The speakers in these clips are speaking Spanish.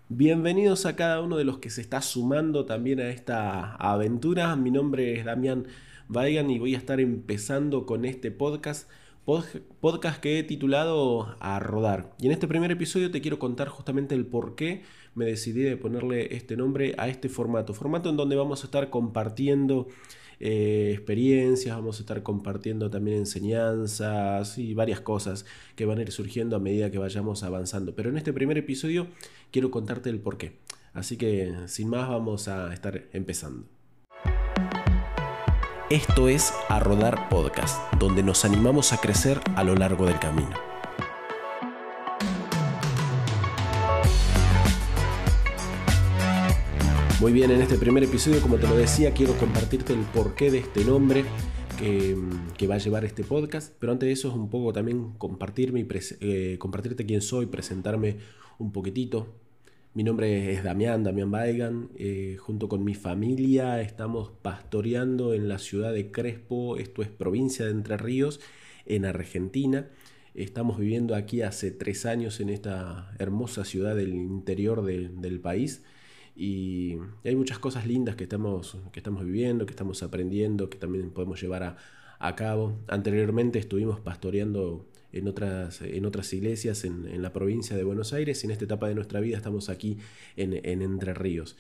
Bienvenidos a cada uno de los que se está sumando también a esta aventura. Mi nombre es Damián Weigand y voy a estar empezando con este podcast que he titulado A Rodar. Y en este primer episodio te quiero contar justamente el por qué me decidí de ponerle este nombre a este formato en donde vamos a estar compartiendo experiencias, vamos a estar compartiendo también enseñanzas y varias cosas que van a ir surgiendo a medida que vayamos avanzando. Pero en este primer episodio quiero contarte el porqué. Así que sin más vamos a estar empezando. Esto es A Rodar Podcast, donde nos animamos a crecer a lo largo del camino. Muy bien, en este primer episodio, como te lo decía, quiero compartirte el porqué de este nombre que va a llevar este podcast. Pero antes de eso es un poco también compartirte quién soy, presentarme un poquitito. Mi nombre es Damián Weigand. Junto con mi familia estamos pastoreando en la ciudad de Crespo, esto es provincia de Entre Ríos, en Argentina. Estamos viviendo aquí hace 3 años en esta hermosa ciudad del interior del país. Y hay muchas cosas lindas que estamos viviendo, que estamos aprendiendo, que también podemos llevar a cabo. Anteriormente estuvimos pastoreando en otras iglesias en la provincia de Buenos Aires, y en esta etapa de nuestra vida estamos aquí en Entre Ríos.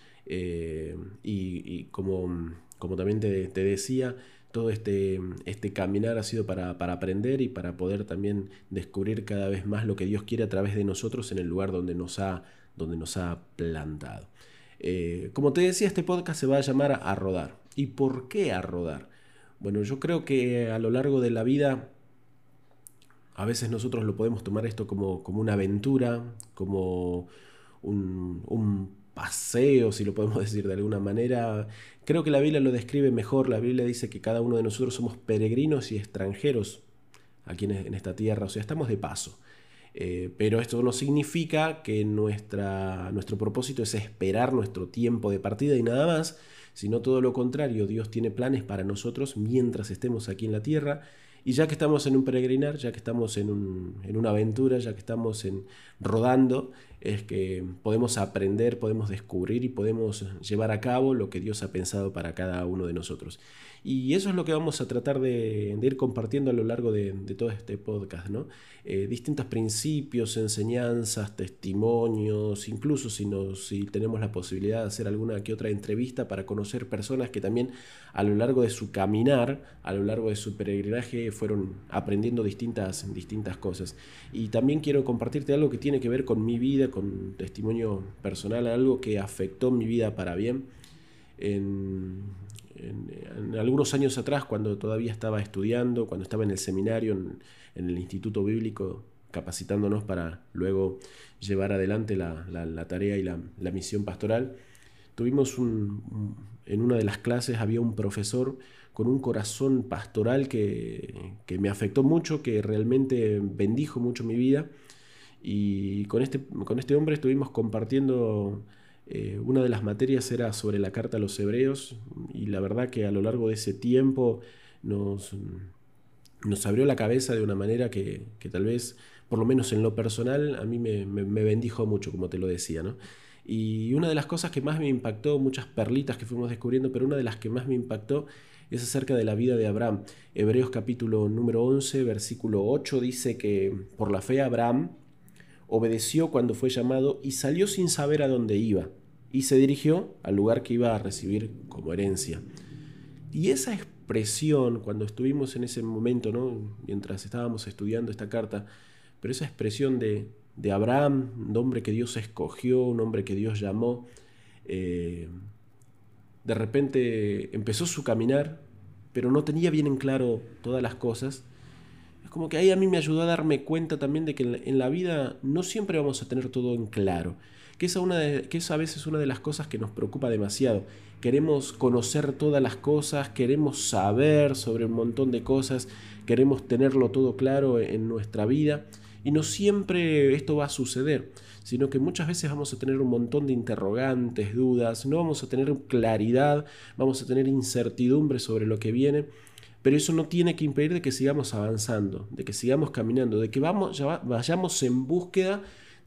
Y como también te decía, todo este caminar ha sido para aprender y para poder también descubrir cada vez más lo que Dios quiere a través de nosotros en el lugar donde nos ha plantado. Como te decía, este podcast se va a llamar A Rodar. ¿Y por qué A Rodar? Bueno, yo creo que a lo largo de la vida a veces nosotros lo podemos tomar esto como una aventura, como un paseo, si lo podemos decir de alguna manera. Creo que la Biblia lo describe mejor. La Biblia dice que cada uno de nosotros somos peregrinos y extranjeros aquí en esta tierra, o sea, estamos de paso. Pero esto no significa que nuestro propósito es esperar nuestro tiempo de partida y nada más, sino todo lo contrario. Dios tiene planes para nosotros mientras estemos aquí en la tierra. Y ya que estamos en un peregrinar, ya que estamos en una aventura, ya que estamos rodando, es que podemos aprender, podemos descubrir y podemos llevar a cabo lo que Dios ha pensado para cada uno de nosotros. Y eso es lo que vamos a tratar de ir compartiendo a lo largo de todo este podcast, ¿no? Distintos principios, enseñanzas, testimonios, incluso si tenemos la posibilidad de hacer alguna que otra entrevista para conocer personas que también a lo largo de su caminar, a lo largo de su peregrinaje, fueron aprendiendo distintas cosas. Y también quiero compartirte algo que tiene que ver con mi vida, con testimonio personal, algo que afectó mi vida para bien. En algunos años atrás, cuando todavía estaba estudiando, cuando estaba en el seminario, en el Instituto Bíblico, capacitándonos para luego llevar adelante la tarea y la misión pastoral, tuvimos en una de las clases había un profesor con un corazón pastoral que me afectó mucho, que realmente bendijo mucho mi vida. Y con este hombre estuvimos compartiendo. Una de las materias era sobre la carta a los hebreos, y la verdad que a lo largo de ese tiempo nos, nos abrió la cabeza de una manera que tal vez, por lo menos en lo personal, a mí me bendijo mucho, como te lo decía, ¿no? Y una de las cosas que más me impactó, muchas perlitas que fuimos descubriendo, pero una de las que más me impactó es acerca de la vida de Abraham. Hebreos capítulo número 11, versículo 8 dice que por la fe Abraham obedeció cuando fue llamado y salió sin saber a dónde iba, y se dirigió al lugar que iba a recibir como herencia. Y esa expresión, cuando estuvimos en ese momento, ¿no? Mientras estábamos estudiando esta carta, pero esa expresión de Abraham, un hombre que Dios escogió, un hombre que Dios llamó, de repente empezó su caminar, pero no tenía bien en claro todas las cosas. Es como que ahí a mí me ayudó a darme cuenta también de que en la vida no siempre vamos a tener todo en claro, que es a veces una de las cosas que nos preocupa demasiado. Queremos conocer todas las cosas, queremos saber sobre un montón de cosas, queremos tenerlo todo claro en nuestra vida, y no siempre esto va a suceder, sino que muchas veces vamos a tener un montón de interrogantes, dudas, no vamos a tener claridad, vamos a tener incertidumbre sobre lo que viene. Pero eso no tiene que impedir de que sigamos avanzando, de que sigamos caminando, de que vayamos en búsqueda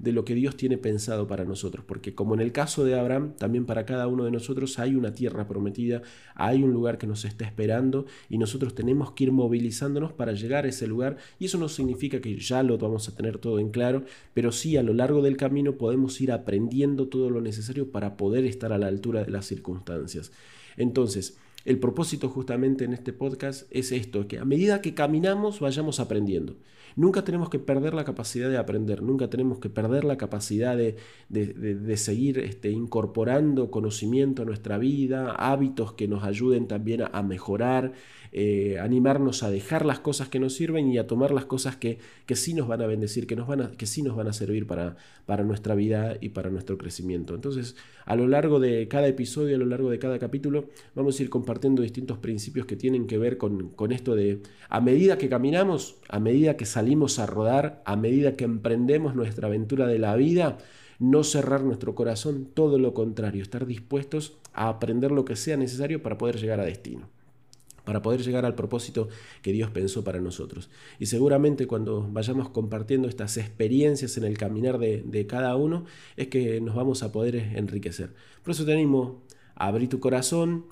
de lo que Dios tiene pensado para nosotros, porque como en el caso de Abraham, también para cada uno de nosotros hay una tierra prometida, hay un lugar que nos está esperando y nosotros tenemos que ir movilizándonos para llegar a ese lugar, y eso no significa que ya lo vamos a tener todo en claro, pero sí a lo largo del camino podemos ir aprendiendo todo lo necesario para poder estar a la altura de las circunstancias. Entonces, el propósito justamente en este podcast es esto, que a medida que caminamos vayamos aprendiendo. Nunca tenemos que perder la capacidad de aprender, nunca tenemos que perder la capacidad de seguir incorporando conocimiento a nuestra vida, hábitos que nos ayuden también a mejorar, animarnos a dejar las cosas que nos sirven y a tomar las cosas que sí nos van a bendecir, que sí nos van a servir para nuestra vida y para nuestro crecimiento. Entonces, a lo largo de cada episodio, a lo largo de cada capítulo, vamos a ir compartiendo distintos principios que tienen que ver con esto de, a medida que caminamos, a medida que salimos a rodar, a medida que emprendemos nuestra aventura de la vida, no cerrar nuestro corazón, todo lo contrario, estar dispuestos a aprender lo que sea necesario para poder llegar a destino, para poder llegar al propósito que Dios pensó para nosotros. Y seguramente cuando vayamos compartiendo estas experiencias en el caminar de cada uno, es que nos vamos a poder enriquecer. Por eso te animo a abrir tu corazón,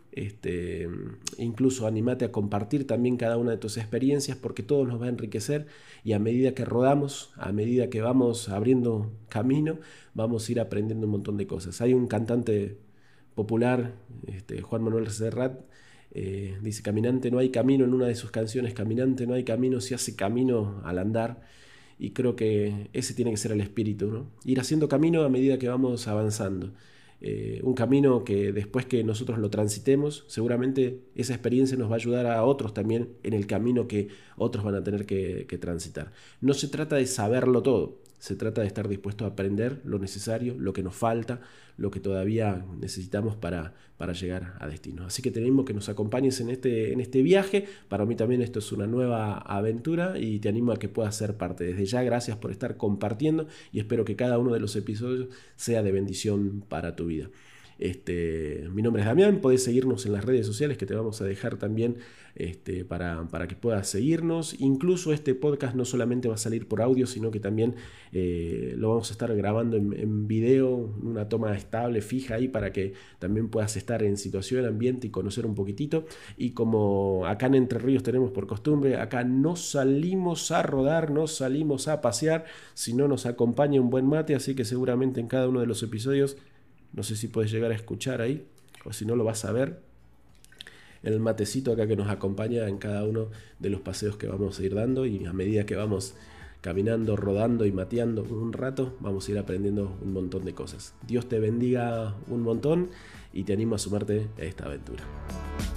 incluso animate a compartir también cada una de tus experiencias, porque todo nos va a enriquecer, y a medida que rodamos, a medida que vamos abriendo camino, vamos a ir aprendiendo un montón de cosas. Hay un cantante popular, Juan Manuel Serrat, dice: caminante no hay camino, en una de sus canciones, caminante no hay camino, se hace camino al andar. Y creo que ese tiene que ser el espíritu, ¿no? Ir haciendo camino a medida que vamos avanzando. Un camino que después que nosotros lo transitemos, seguramente esa experiencia nos va a ayudar a otros también en el camino que otros van a tener que transitar. No se trata de saberlo todo, se trata de estar dispuesto a aprender lo necesario, lo que nos falta, lo que todavía necesitamos para llegar a destino. Así que te animo que nos acompañes en este viaje. Para mí también esto es una nueva aventura y te animo a que puedas ser parte. Desde ya, gracias por estar compartiendo y espero que cada uno de los episodios sea de bendición para tu vida. Mi nombre es Damián, podés seguirnos en las redes sociales que te vamos a dejar también para que puedas seguirnos. Incluso este podcast no solamente va a salir por audio, sino que también lo vamos a estar grabando en video, en una toma estable, fija ahí, para que también puedas estar en situación, ambiente y conocer un poquitito. Y como acá en Entre Ríos tenemos por costumbre, acá no salimos a rodar, no salimos a pasear, sino nos acompaña un buen mate, así que seguramente en cada uno de los episodios, no sé si puedes llegar a escuchar ahí, o si no lo vas a ver, el matecito acá que nos acompaña en cada uno de los paseos que vamos a ir dando, y a medida que vamos caminando, rodando y mateando un rato, vamos a ir aprendiendo un montón de cosas. Dios te bendiga un montón y te animo a sumarte a esta aventura.